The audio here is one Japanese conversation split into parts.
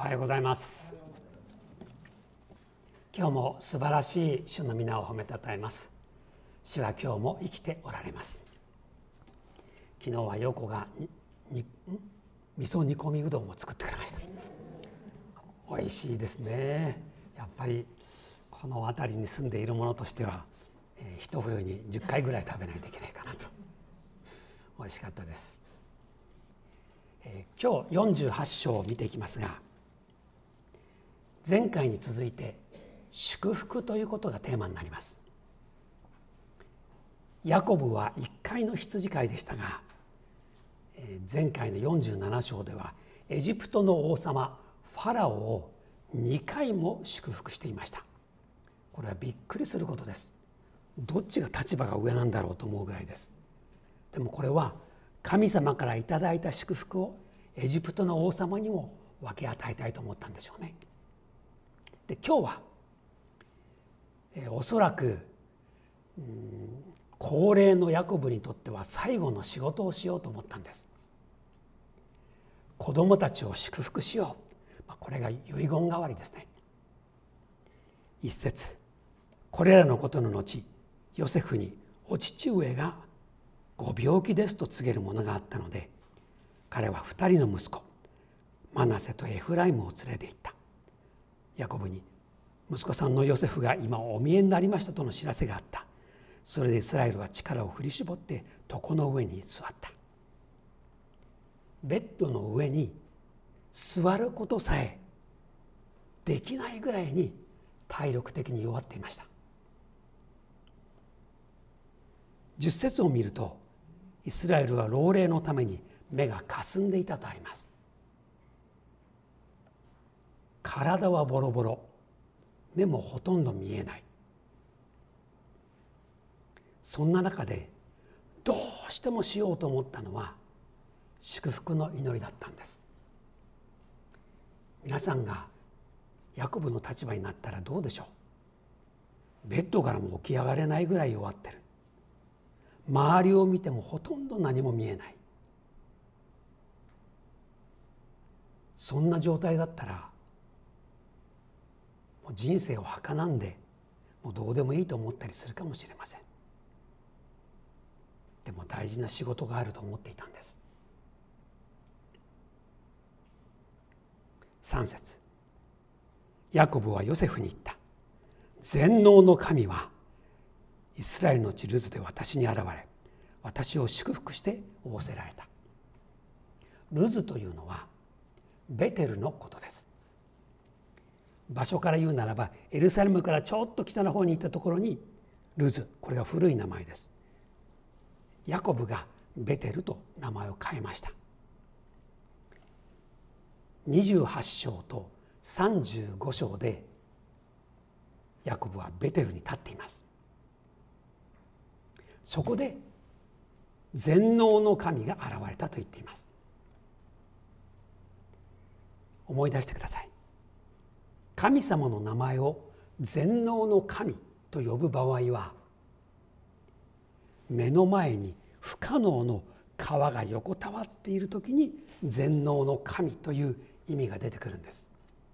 はようございます。今日も素晴らしい主の皆を褒めたたえます。主は今日も生きておられます。昨日は横が味噌煮込みうどんを作ってくれました。美味しいですね。やっぱりこの辺りに住んでいる者としては、一冬に10回ぐらい食べないといけないかなと。美味しかったです。今日48章を見ていきますが、前回に続いて祝福ということがテーマになります。ヤコブは1回の羊飼いでしたが、前回の47章ではエジプトの王様ファラオを2回も祝福していました。これはびっくりすることです。どっちが立場が上なんだろうと思うぐらいです。でもこれは神様からいただいた祝福をエジプトの王様にも分け与えたいと思ったんでしょうね。で、今日は、おそらく高齢のヤコブにとっては最後の仕事をしようと思ったんです。子供たちを祝福しよう、これが遺言代わりですね。一節、これらのことの後、ヨセフにお父上がご病気ですと告げるものがあったので、彼は2人の息子マナセとエフライムを連れて行った。ヤコブに息子さんのヨセフが今お見えになりましたとの知らせがあった。それでイスラエルは力を振り絞って床の上に座った。ベッドの上に座ることさえできないぐらいに体力的に弱っていました。10節を見ると、イスラエルは老齢のために目がかすんでいたとあります。体はボロボロ、目もほとんど見えない。そんな中でどうしてもしようと思ったのは祝福の祈りだったんです。皆さんがヤコブの立場になったらどうでしょう。ベッドからも起き上がれないぐらい弱ってる。周りを見てもほとんど何も見えない。そんな状態だったらもう人生を儚んでもうどうでもいいと思ったりするかもしれません。でも大事な仕事があると思っていたんです。3節、ヤコブはヨセフに言った。全能の神はイスラエルの地ルズで私に現れ、私を祝福して仰せられた。ルズというのはベテルのことです。場所から言うならばエルサレムからちょっと北の方に行ったところにルズ、これが古い名前です。ヤコブがベテルと名前を変えました。28章と35章でヤコブはベテルに立っています。そこで全能の神が現れたと言っています。思い出してください。神様の名前を全能の神と呼ぶ場合は、目の前に不可能の川が横たわっているときに全能の神という意味が出てくるんです。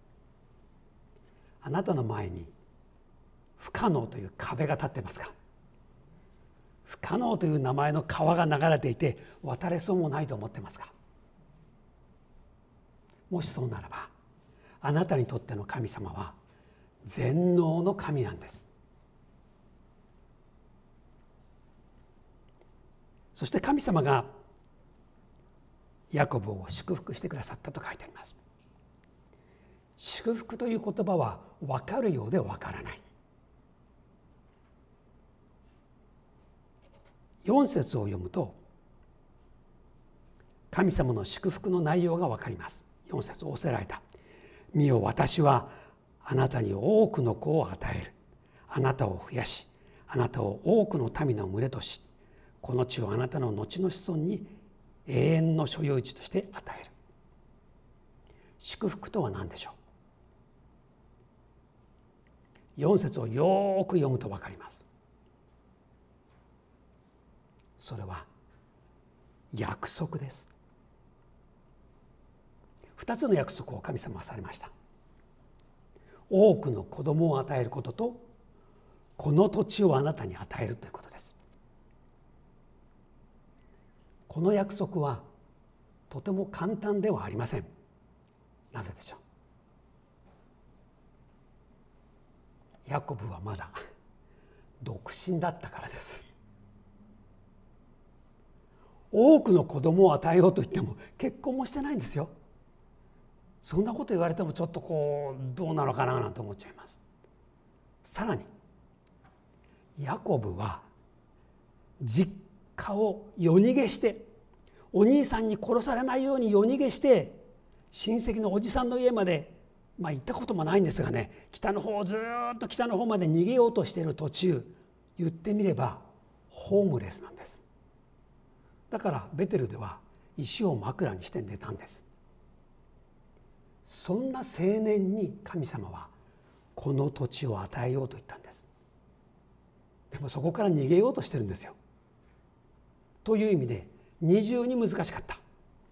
あなたの前に不可能という壁が立ってますか。不可能という名前の川が流れていて渡れそうもないと思ってますか。もしそうならば、あなたにとっての神様は全能の神なんです。そして神様がヤコブを祝福してくださったと書いてあります。祝福という言葉は分かるようで分からない。4節を読むと神様の祝福の内容が分かります。4節、仰せられた。見よ、私はあなたに多くの子を与える。あなたを増やし、あなたを多くの民の群れとし、この地をあなたの後の子孫に永遠の所有地として与える。祝福とは何でしょう。4節をよく読むと分かります。それは約束です。 2つの約束を神様はされました。多くの子供を与えることと、この土地をあなたに与えるということです。この約束はとても簡単ではありません。なぜでしょう。ヤコブはまだ独身だったからです。多くの子供を与えようと言っても結婚もしてないんですよ。そんなこと言われてもちょっとどうなのかななんて思っちゃいます。さらにヤコブは実家を夜逃げして、お兄さんに殺されないように夜逃げして親戚のおじさんの家まで、行ったこともないんですがね、ずっと北の方まで逃げようとしている途中、言ってみればホームレスなんです。だからベテルでは石を枕にして寝たんです。そんな青年に神様はこの土地を与えようと言ったんです。でもそこから逃げようとしてるんですよ。という意味で二重に難しかった。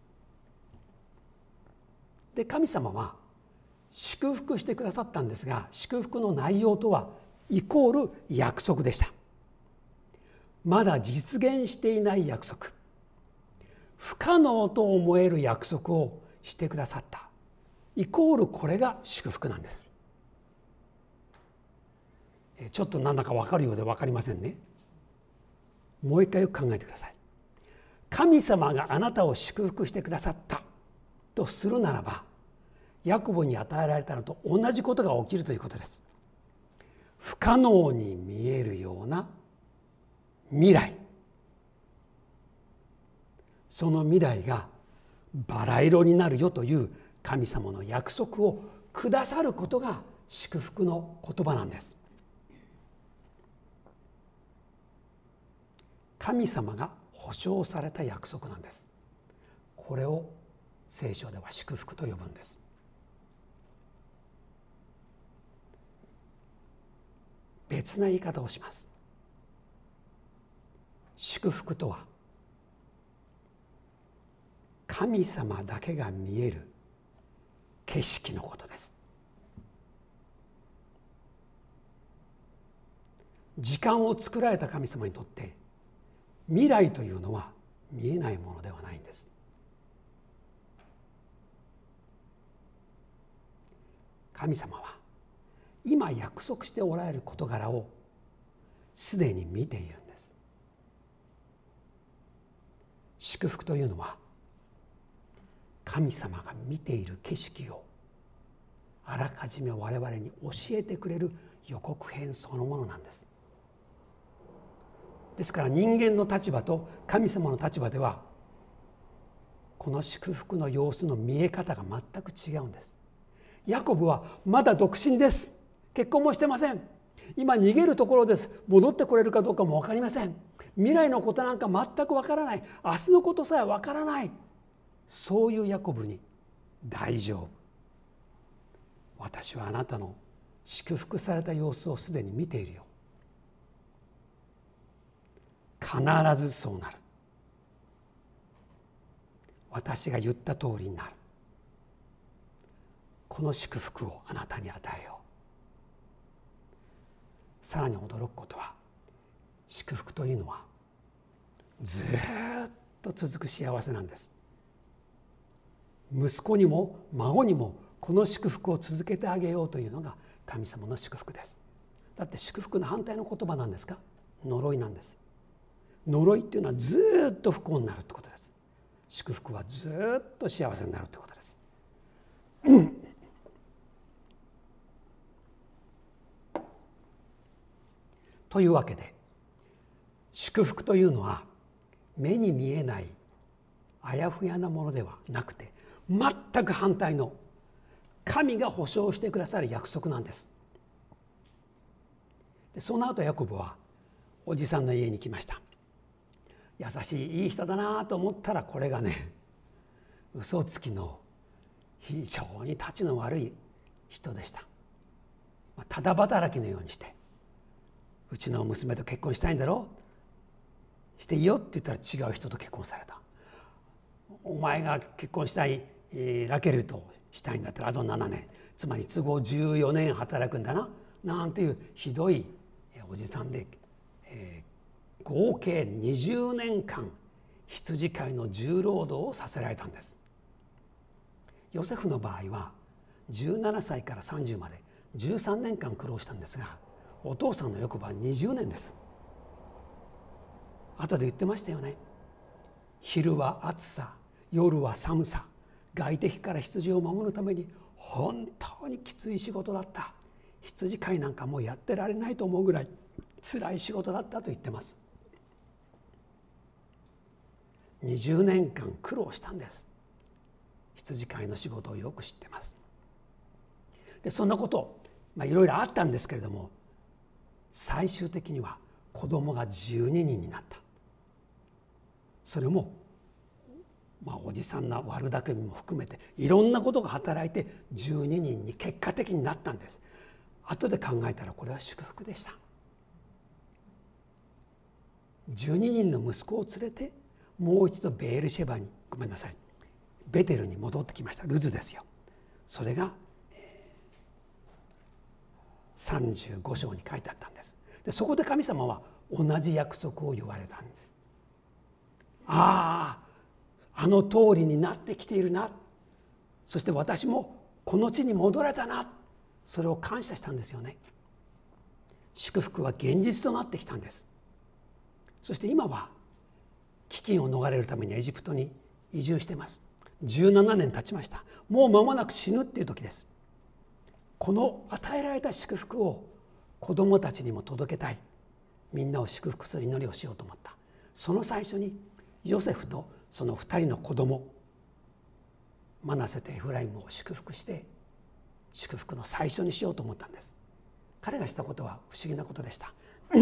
で、神様は祝福してくださったんですが、祝福の内容とはイコール約束でした。まだ実現していない約束、不可能と思える約束をしてくださった、イコールこれが祝福なんです。ちょっとなんだか分かるようで分かりませんね。もう一回よく考えてください。神様があなたを祝福してくださったとするならば、ヤコブに与えられたのと同じことが起きるということです。不可能に見えるような未来、その未来がバラ色になるよという神様の約束をくださることが祝福の言葉なんです。神様が保証された約束なんです。これを聖書では祝福と呼ぶんです。別な言い方をします。祝福とは神様だけが見える景色のことです。時間を作られた神様にとって未来というのは見えないものではないんです。神様は今約束しておられる事柄をすでに見ているんです。祝福というのは神様が見ている景色をあらかじめ我々に教えてくれる予告編そのものなんです。ですから人間の立場と神様の立場ではこの祝福の様子の見え方が全く違うんです。ヤコブはまだ独身です。結婚もしてません。今逃げるところです。戻ってこれるかどうかも分かりません。未来のことなんか全く分からない。明日のことさえ分からない。そういうヤコブに大丈夫。私はあなたの祝福された様子をすでに見ているよ。必ずそうなる。私が言った通りになる。この祝福をあなたに与えよう。さらに驚くことは、祝福というのはずっと続く幸せなんです。息子にも孫にもこの祝福を続けてあげようというのが神様の祝福です。だって祝福の反対の言葉なんですか？呪いなんです。呪いっていうのはずっと不幸になるってことです。祝福はずっと幸せになるってことです。というわけで、祝福というのは目に見えないあやふやなものではなくて、全く反対の神が保証してくださる約束なんです。でその後ヤコブはおじさんの家に来ました。優しいいい人だなと思ったら、これがね、嘘つきの非常にたちの悪い人でした。ただ働きのようにして、うちの娘と結婚したいんだろう、していいよって言ったら違う人と結婚された。お前が結婚したいラケルとしたいんだったらあと7年、つまり都合14年働くんだななんていうひどいおじさんで、合計20年間羊飼いの重労働をさせられたんです。ヨセフの場合は17歳から30まで13年間苦労したんですが、お父さんの欲は20年です。後で言ってましたよね。昼は暑さ、夜は寒さ、外敵から羊を守るために本当にきつい仕事だった。羊飼いなんかもうやってられないと思うぐらい辛い仕事だったと言ってます。20年間苦労したんです。羊飼いの仕事をよく知ってます。でそんなこといろいろあったんですけれども、最終的には子供が12人になった。それもおじさんな悪巧みも含めていろんなことが働いて12人に結果的になったんです。後で考えたらこれは祝福でした。12人の息子を連れてもう一度ベールシェバにベテルに戻ってきました。ルズですよ。それが35章に書いてあったんです。でそこで神様は同じ約束を言われたんです。あの通りになってきているな、そして私もこの地に戻れたな、それを感謝したんですよね。祝福は現実となってきたんです。そして今は飢饉を逃れるためにエジプトに移住しています。17年経ちました。もう間もなく死ぬっていう時です。この与えられた祝福を子どもたちにも届けたい、みんなを祝福する祈りをしようと思った。その最初にヨセフとその2人の子供マナセとエフライムを祝福して祝福の最初にしようと思ったんです。彼がしたことは不思議なことでした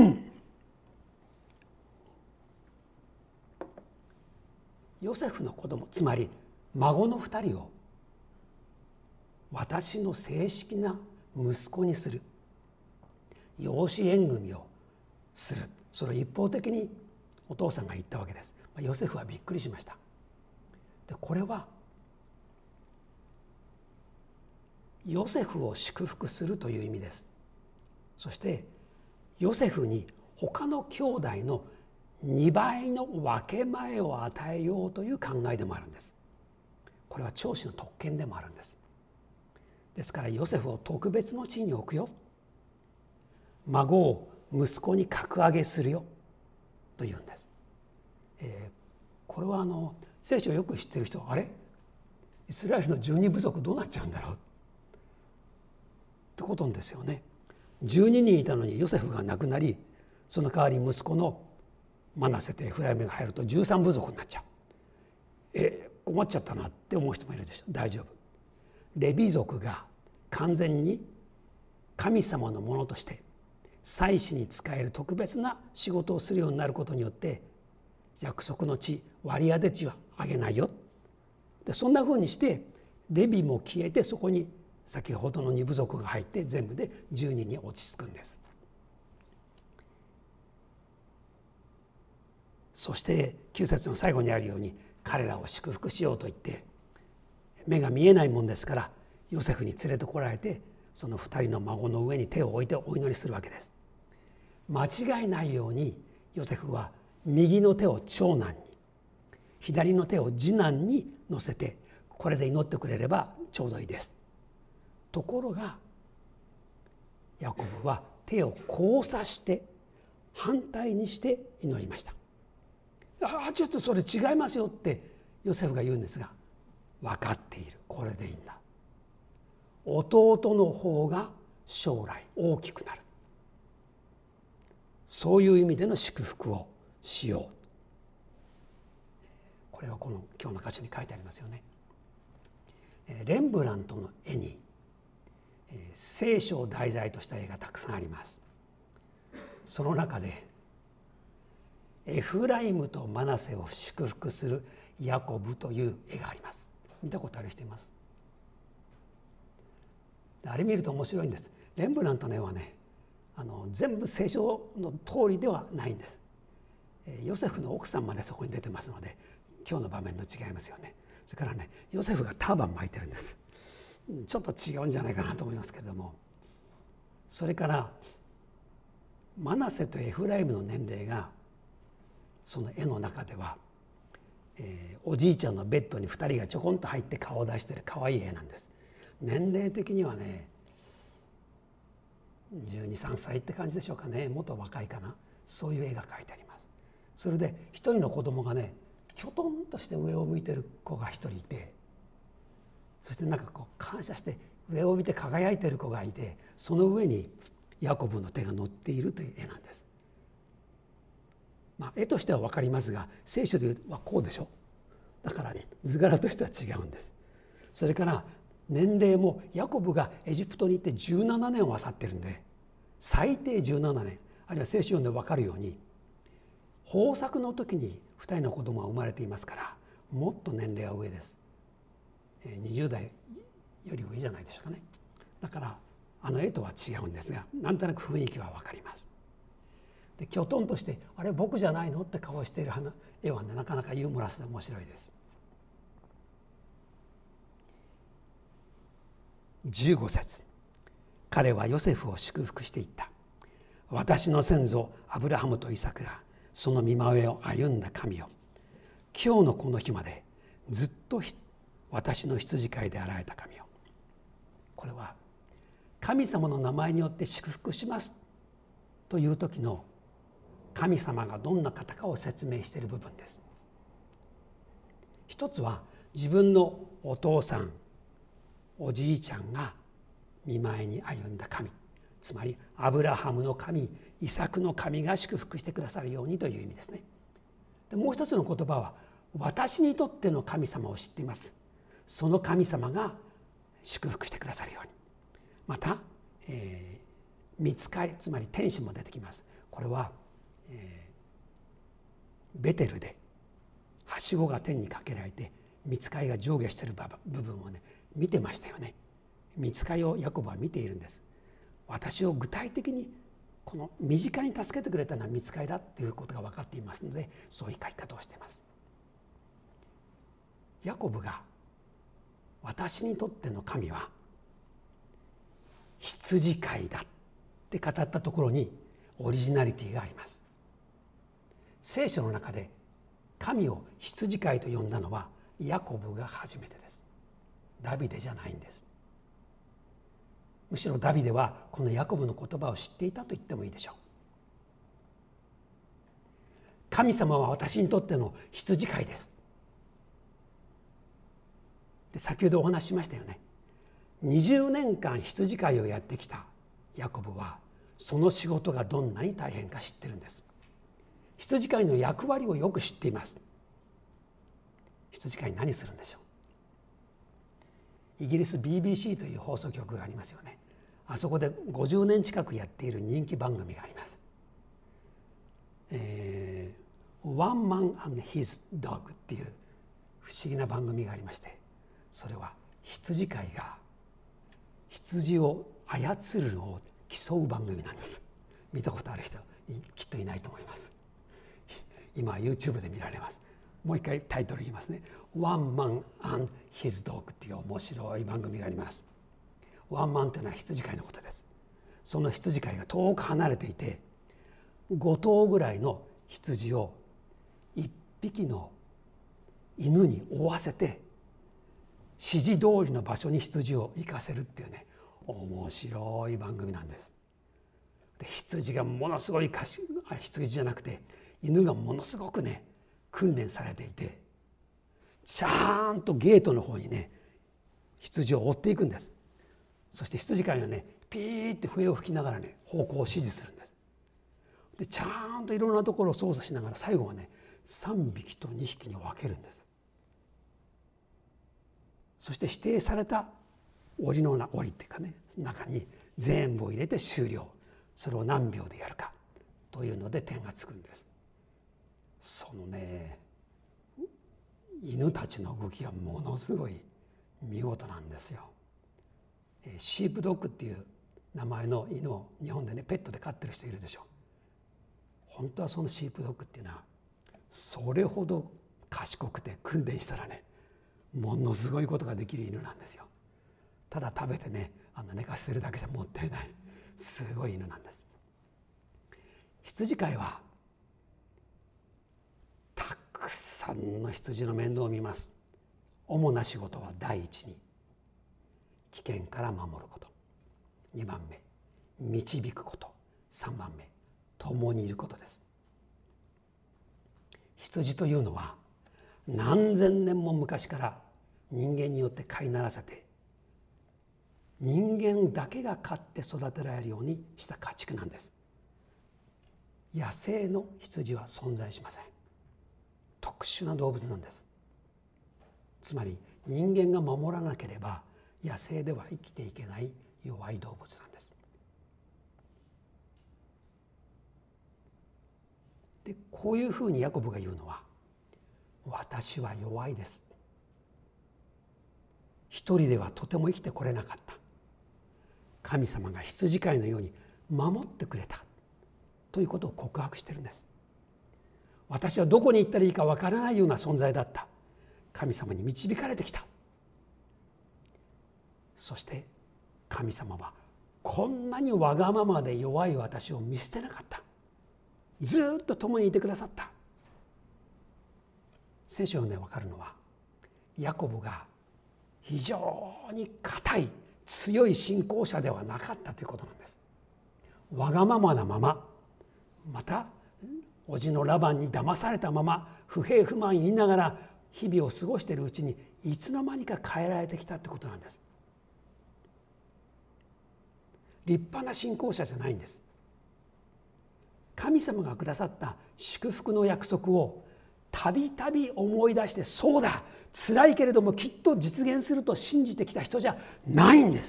ヨセフの子供、つまり孫の2人を私の正式な息子にする、養子縁組をする、それを一方的にお父さんが言ったわけです。ヨセフはびっくりしました。でこれはヨセフを祝福するという意味です。そしてヨセフに他の兄弟の2倍の分け前を与えようという考えでもあるんです。これは長子の特権でもあるんです。ですからヨセフを特別の地位に置くよ、孫を息子に格上げするよというんです。これは聖書をよく知っている人は、あれイスラエルの12部族どうなっちゃうんだろうってことんですよね。12人いたのにヨセフが亡くなり、その代わり息子のマナセとエフライムが入ると13部族になっちゃう。困っちゃったなって思う人もいるでしょう。大丈夫。レビ族が完全に神様のものとして祭司に仕える特別な仕事をするようになることによって、約束の地割り当て地はあげないよ。でそんなふうにしてレビも消えて、そこに先ほどの2部族が入って全部で10人に落ち着くんです。そして9節の最後にあるように、彼らを祝福しようと言って目が見えないもんですからヨセフに連れてこられて、その2人の孫の上に手を置いてお祈りするわけです。間違いないようにヨセフは右の手を長男に、左の手を次男に乗せて、これで祈ってくれればちょうどいいです。ところがヤコブは手を交差して反対にして祈りました。ちょっとそれ違いますよってヨセフが言うんですが、分かっている、これでいいんだ。弟の方が将来大きくなる、そういう意味での祝福をしよう。これはこの今日の箇所に書いてありますよね。レンブラントの絵に聖書を題材とした絵がたくさんあります。その中でエフライムとマナセを祝福するヤコブという絵があります。見たことある人います？あれ見ると面白いんです。レンブラントの絵はね、全部聖書の通りではないんです。ヨセフの奥さんまでそこに出てますので、今日の場面と違いますよね。 それからねヨセフがターバン巻いてるんです。ちょっと違うんじゃないかなと思いますけれども、それからマナセとエフライムの年齢がその絵の中では、おじいちゃんのベッドに2人がちょこんと入って顔を出してる可愛い絵なんです。年齢的にはね12、13歳って感じでしょうかね。もっと若いかな。そういう絵が描いてあります。それで一人の子供がねひょとんとして上を向いてる子が一人いて、そしてなんかこう感謝して上を見て輝いてる子がいて、その上にヤコブの手が乗っているという絵なんです。絵としては分かりますが、聖書で言うはこうでしょ。だからね図柄としては違うんです。それから年齢もヤコブがエジプトに行って17年渡ってるんで、最低17年、あるいは聖書読んで分かるように豊作の時に2人の子供が生まれていますから、もっと年齢は上です。20代より上じゃないでしょうかね。だからあの絵とは違うんですが、なんとなく雰囲気は分かります。できょとんとして「あれ僕じゃないの?」って顔している絵はねなかなかユーモラスで面白いです。15節、彼はヨセフを祝福していった。私の先祖アブラハムとイサクがその御前を歩んだ神よ、今日のこの日までずっと私の羊飼いであられた神よ。これは神様の名前によって祝福しますという時の神様がどんな方かを説明している部分です。一つは自分のお父さんおじいちゃんが御前に歩んだ神、つまりアブラハムの神イサクの神が祝福してくださるようにという意味ですね。でもう一つの言葉は私にとっての神様を知っています、その神様が祝福してくださるように。また、御使いつまり天使も出てきます。これは、ベテルではしごが天にかけられて御使いが上下している部分をね見てましたよね。御使いをヤコブは見ているんです。私を具体的にこの身近に助けてくれたのは御使いだということが分かっていますので、そういう書き方をしています。ヤコブが私にとっての神は羊飼いだって語ったところにオリジナリティがあります。聖書の中で神を羊飼いと呼んだのはヤコブが初めてです。ダビデじゃないんです。むしろダビデはこのヤコブの言葉を知っていたと言ってもいいでしょう。神様は私にとっての羊飼いです。で先ほどお話ししましたよね。20年間羊飼いをやってきたヤコブはその仕事がどんなに大変か知ってるんです。羊飼いの役割をよく知っています。羊飼い何するんでしょう。イギリス BBC という放送局がありますよね。あそこで50年近くやっている人気番組があります。One Man and His Dog っていう不思議な番組がありまして、それは羊飼いが羊を操るのを競う番組なんです。見たことある人きっといないと思います。今 YouTube で見られます。もう一回タイトル言いますね。One Man and His Dog っていう面白い番組があります。ワンマンというのは羊飼いのことです。その羊飼いが遠く離れていて、5頭ぐらいの羊を1匹の犬に追わせて指示通りの場所に羊を行かせるっていうね、面白い番組なんです。で羊がものすごい羊じゃなくて犬がものすごくね訓練されていて、ちゃんとゲートの方にね羊を追っていくんです。そして羊飼いがねピーって笛を吹きながらね方向を指示するんです。でちゃんといろんなところを操作しながら最後はね3匹と2匹に分けるんです。そして指定された檻っていうかね中に全部を入れて終了。それを何秒でやるかというので点がつくんです。そのね犬たちの動きがものすごい見事なんですよ。シープドッグっていう名前の犬を日本でねペットで飼ってる人いるでしょ。本当はそのシープドッグっていうのはそれほど賢くて訓練したらねものすごいことができる犬なんですよ。ただ食べてね寝かせてるだけじゃもったいない、すごい犬なんです。羊飼いはたくさんの羊の面倒を見ます。主な仕事は第一に危険から守ること、2番目導くこと、3番目共にいることです。羊というのは何千年も昔から人間によって飼いならせて、人間だけが飼って育てられるようにした家畜なんです。野生の羊は存在しません。特殊な動物なんです。つまり人間が守らなければ野生では生きていけない弱い動物なんです。でこういうふうにヤコブが言うのは、私は弱いです、一人ではとても生きてこれなかった、神様が羊飼いのように守ってくれたということを告白しているんです。私はどこに行ったらいいかわからないような存在だった、神様に導かれてきた。そして神様はこんなにわがままで弱い私を見捨てなかった、ずっと共にいてくださった。聖書をね分かるのは、ヤコブが非常に固い強い信仰者ではなかったということなんです。わがままなまま、また叔父のラバンに騙されたまま不平不満言いながら日々を過ごしているうちにいつの間にか変えられてきたってことなんです。立派な信仰者じゃないんです。神様がくださった祝福の約束をたびたび思い出して、そうだ辛いけれどもきっと実現すると信じてきた人じゃないんです。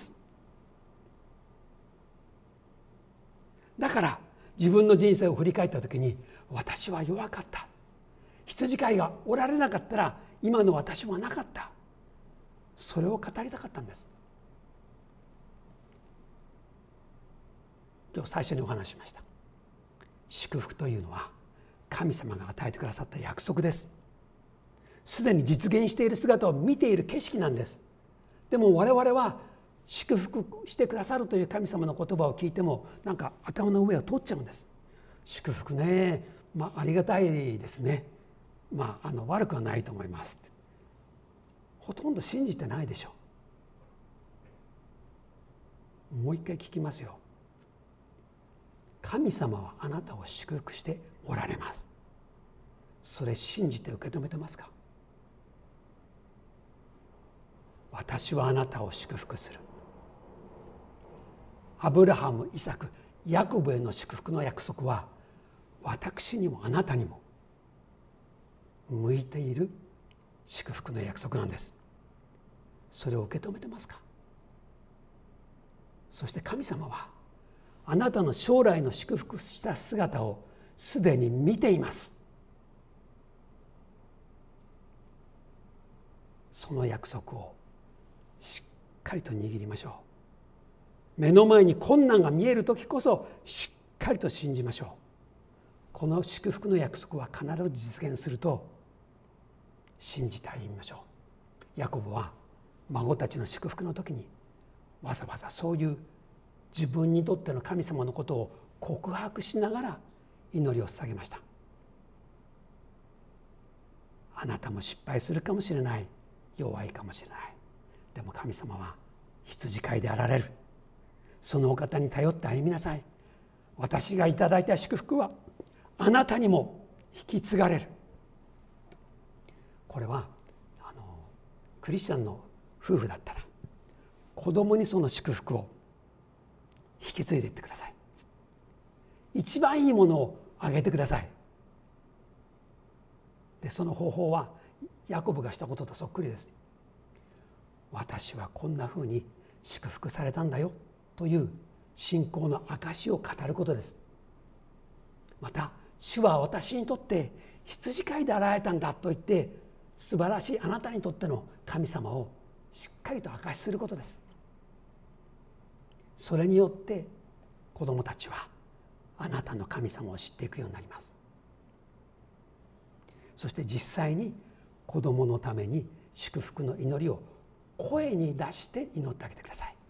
だから自分の人生を振り返った時に、私は弱かった、羊飼いがおられなかったら今の私はなかった、それを語りたかったんです。今日最初にお話ししました、祝福というのは神様が与えてくださった約束です。すでに実現している姿を見ている景色なんです。でも我々は祝福してくださるという神様の言葉を聞いてもなんか頭の上を通っちゃうんです。祝福ね、ありがたいですね、悪くはないと思いますって、ほとんど信じてないでしょう。もう一回聞きますよ。神様はあなたを祝福しておられます。それ信じて受け止めてますか？私はあなたを祝福する。アブラハム、イサク、ヤコブへの祝福の約束は私にもあなたにも向いている祝福の約束なんです。それを受け止めてますか？そして神様はあなたの将来の祝福した姿をすでに見ています。その約束をしっかりと握りましょう。目の前に困難が見える時こそしっかりと信じましょう。この祝福の約束は必ず実現すると信じて歩みましょう。ヤコブは孫たちの祝福の時にわざわざそういう自分にとっての神様のことを告白しながら祈りを捧げました。あなたも失敗するかもしれない、弱いかもしれない、でも神様は羊飼いであられる。そのお方に頼って歩みなさい。私がいただいた祝福はあなたにも引き継がれる。これはクリスチャンの夫婦だったら子供にその祝福を引き継いでいってください。一番いいものをあげてください。でその方法はヤコブがしたこととそっくりです。私はこんなふうに祝福されたんだよという信仰の証を語ることです。また主は私にとって羊飼いであられたんだと言って素晴らしいあなたにとっての神様をしっかりと証しすることです。それによって子どもたちはあなたの神様を知っていくようになります。そして実際に子どものために祝福の祈りを声に出して祈ってあげてください。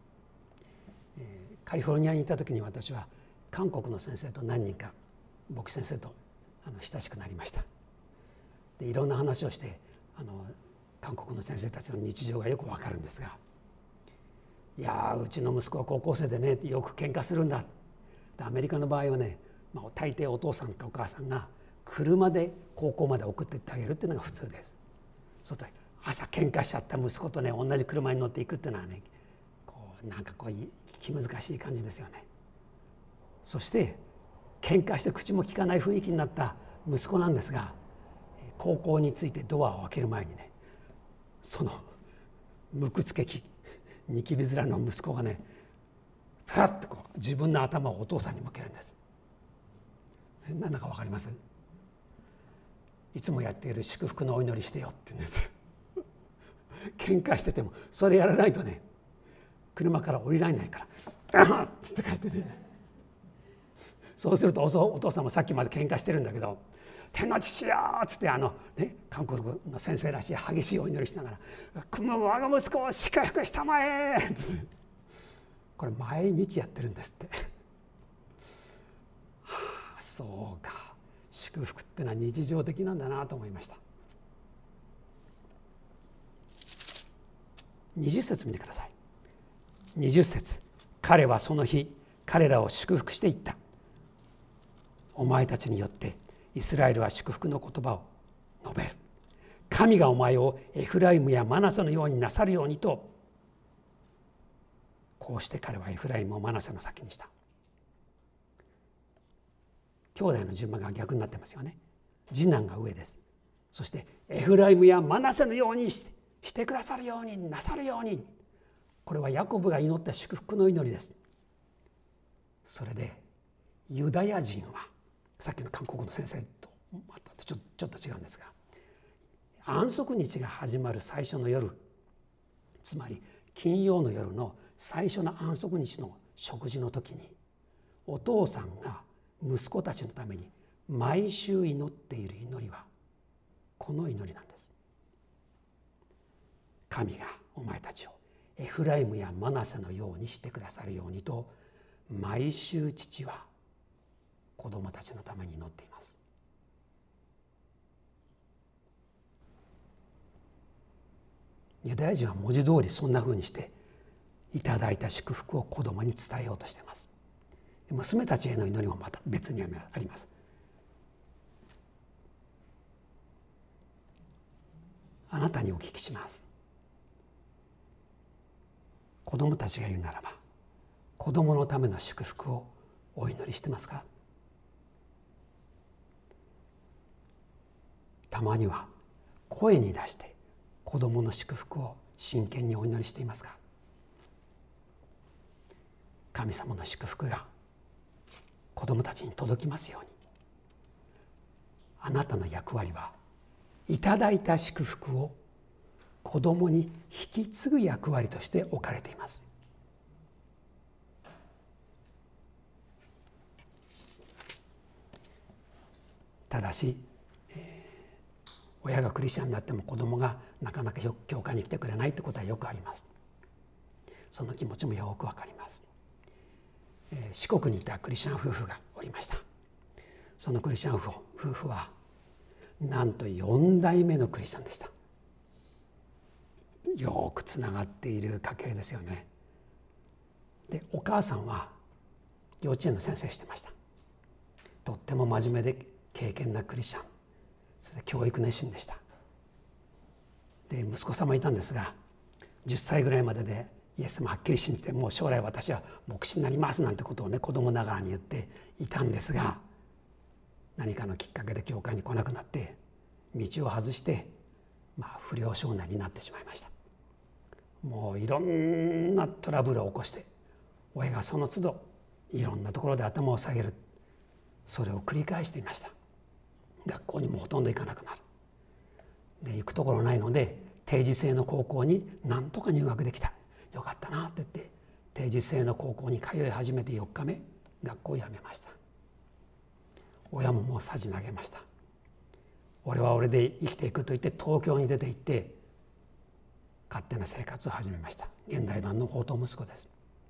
カリフォルニアにいた時に私は韓国の先生と何人か牧師先生と親しくなりました。でいろんな話をして韓国の先生たちの日常がよくわかるんですが、いやうちの息子は高校生でねよく喧嘩するんだ。でアメリカの場合はね、大抵お父さんかお母さんが車で高校まで送ってってあげるっていうのが普通です。そうすると朝喧嘩しちゃった息子とね同じ車に乗っていくっていうのはねなんか気難しい感じですよね。そして喧嘩して口も利かない雰囲気になった息子なんですが、高校についてドアを開ける前にね、そのむくつけきニキビ面の息子がねパラッと自分の頭をお父さんに向けるんです。何だか分かります？いつもやっている祝福のお祈りしてよって言うんです。喧嘩しててもそれやらないとね車から降りられないから「あっ!」つって帰ってね、そうするとお父さんもさっきまで喧嘩してるんだけど「天の父よ!」っつって韓国の先生らしい激しいお祈りしながら「我が息子を祝福したまえ!」ってこれ毎日やってるんですって。はあ、そうか、祝福ってのは日常的なんだなと思いました。20節見てください。20節、彼はその日彼らを祝福していった。お前たちによってイスラエルは祝福の言葉を述べる。神がお前をエフライムやマナセのようになさるようにと。こうして彼はエフライムをマナセの先にした。兄弟の順番が逆になってますよね。次男が上です。そしてエフライムやマナセのようにしてくださるようになさるように。これはヤコブが祈った祝福の祈りです。それでユダヤ人はさっきの韓国の先生とまたちょっと違うんですが、安息日が始まる最初の夜、つまり金曜の夜の最初の安息日の食事の時に、お父さんが息子たちのために毎週祈っている祈りはこの祈りなんです。神がお前たちをエフライムやマナセのようにしてくださるようにと、毎週父は子供たちのために祈っています。ユダヤ人は文字通りそんなふうにしていただいた祝福を子供に伝えようとしています。娘たちへの祈りもまた別にあります。あなたにお聞きします。子供たちがいるならば、子供のための祝福をお祈りしてますか？たまには声に出して子供の祝福を真剣にお祈りしていますか？神様の祝福が子供たちに届きますように。あなたの役割はいただいた祝福を子供に引き継ぐ役割として置かれています。ただし、親がクリスチャンになっても子供がなかなか教会に来てくれないってことはよくあります。その気持ちもよくわかります。四国にいたクリスチャン夫婦がおりました。そのクリスチャン夫婦はなんと4代目のクリスチャンでした。よくつながっている家系ですよね。で、お母さんは幼稚園の先生してました。とっても真面目で敬虔なクリスチャン、それで教育熱心でした。で、息子さんもいたんですが、10歳ぐらいまででイエスもはっきり信じて、もう将来私は牧師になりますなんてことをね、子供ながらに言っていたんですが、何かのきっかけで教会に来なくなって道を外して、不良少年になってしまいました。もういろんなトラブルを起こして、親がその都度いろんなところで頭を下げる、それを繰り返していました。学校にもほとんど行かなくなる。で、行くところないので定時制の高校になんとか入学できた、よかったなと言って定時制の高校に通い始めて4日目、学校を辞めました。親ももうさじ投げました。俺は俺で生きていくと言って東京に出て行って勝手な生活を始めました。現代版の放蕩息子です。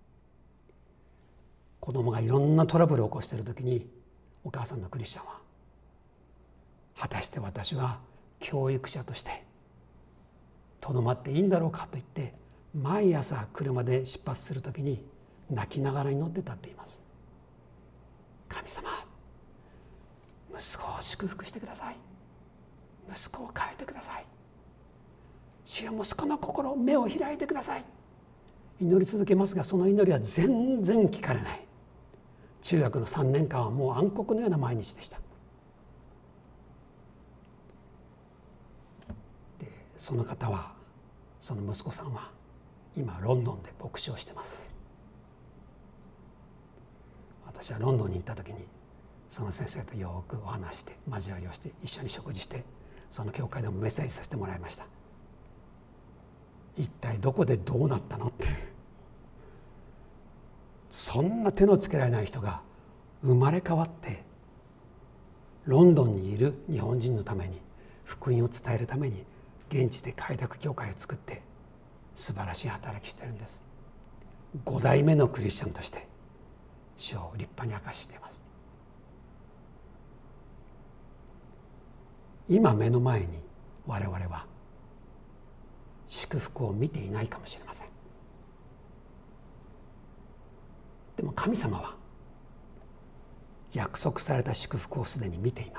子供がいろんなトラブルを起こしている時に、お母さんのクリスチャンは、果たして私は教育者としてとどまっていいんだろうかと言って、毎朝車で出発する時に泣きながら祈ってたって言います。神様、息子を祝福してください。息子を変えてください。主よ、息子の心、目を開いてください。祈り続けますが、その祈りは全然聞かれない。中学の3年間はもう暗黒のような毎日でした。で、その方は、その息子さんは今ロンドンで牧師をしています。私はロンドンに行った時に、その先生とよくお話して、交わりをして、一緒に食事して、その教会でもメッセージさせてもらいました。一体どこでどうなったのって、そんな手のつけられない人が生まれ変わってロンドンにいる日本人のために福音を伝えるために現地で開拓教会を作って素晴らしい働きしてるんです。5代目のクリスチャンとして主を立派に明かししています。今目の前に我々は祝福を見ていないかもしれません。でも神様は約束された祝福をすでに見ています。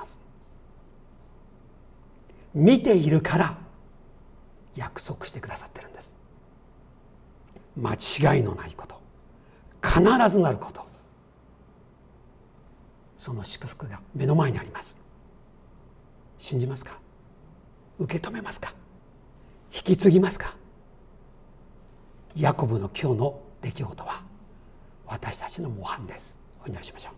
見ているから約束してくださってるんです。間違いのないこと、必ずなること、その祝福が目の前にあります。信じますか？受け止めますか？引き継ぎますか？ヤコブの今日の出来事は私たちの模範です。お祈りしましょう。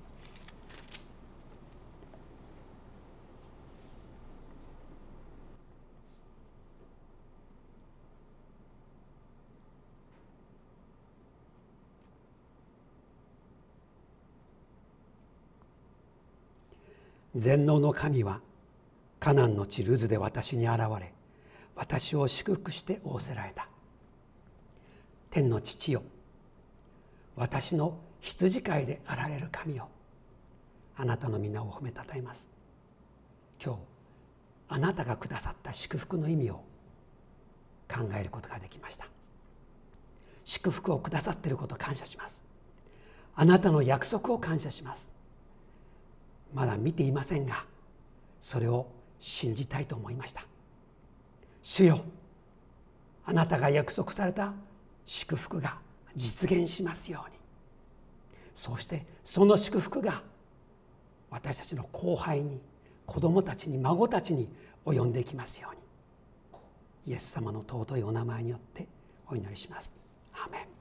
全能の神はカナンの地ルズで私に現れ、私を祝福して仰せられた。天の父よ、私の羊飼いであられる神よ、あなたの皆を褒めたたえます。今日あなたがくださった祝福の意味を考えることができました。祝福をくださっていることを感謝します。あなたの約束を感謝します。まだ見ていませんが、それを信じたいと思いました。主よ、あなたが約束された祝福が実現しますように。そしてその祝福が私たちの後輩に、子供たちに、孫たちに及んでいきますように。イエス様の尊いお名前によってお祈りします。アーメン。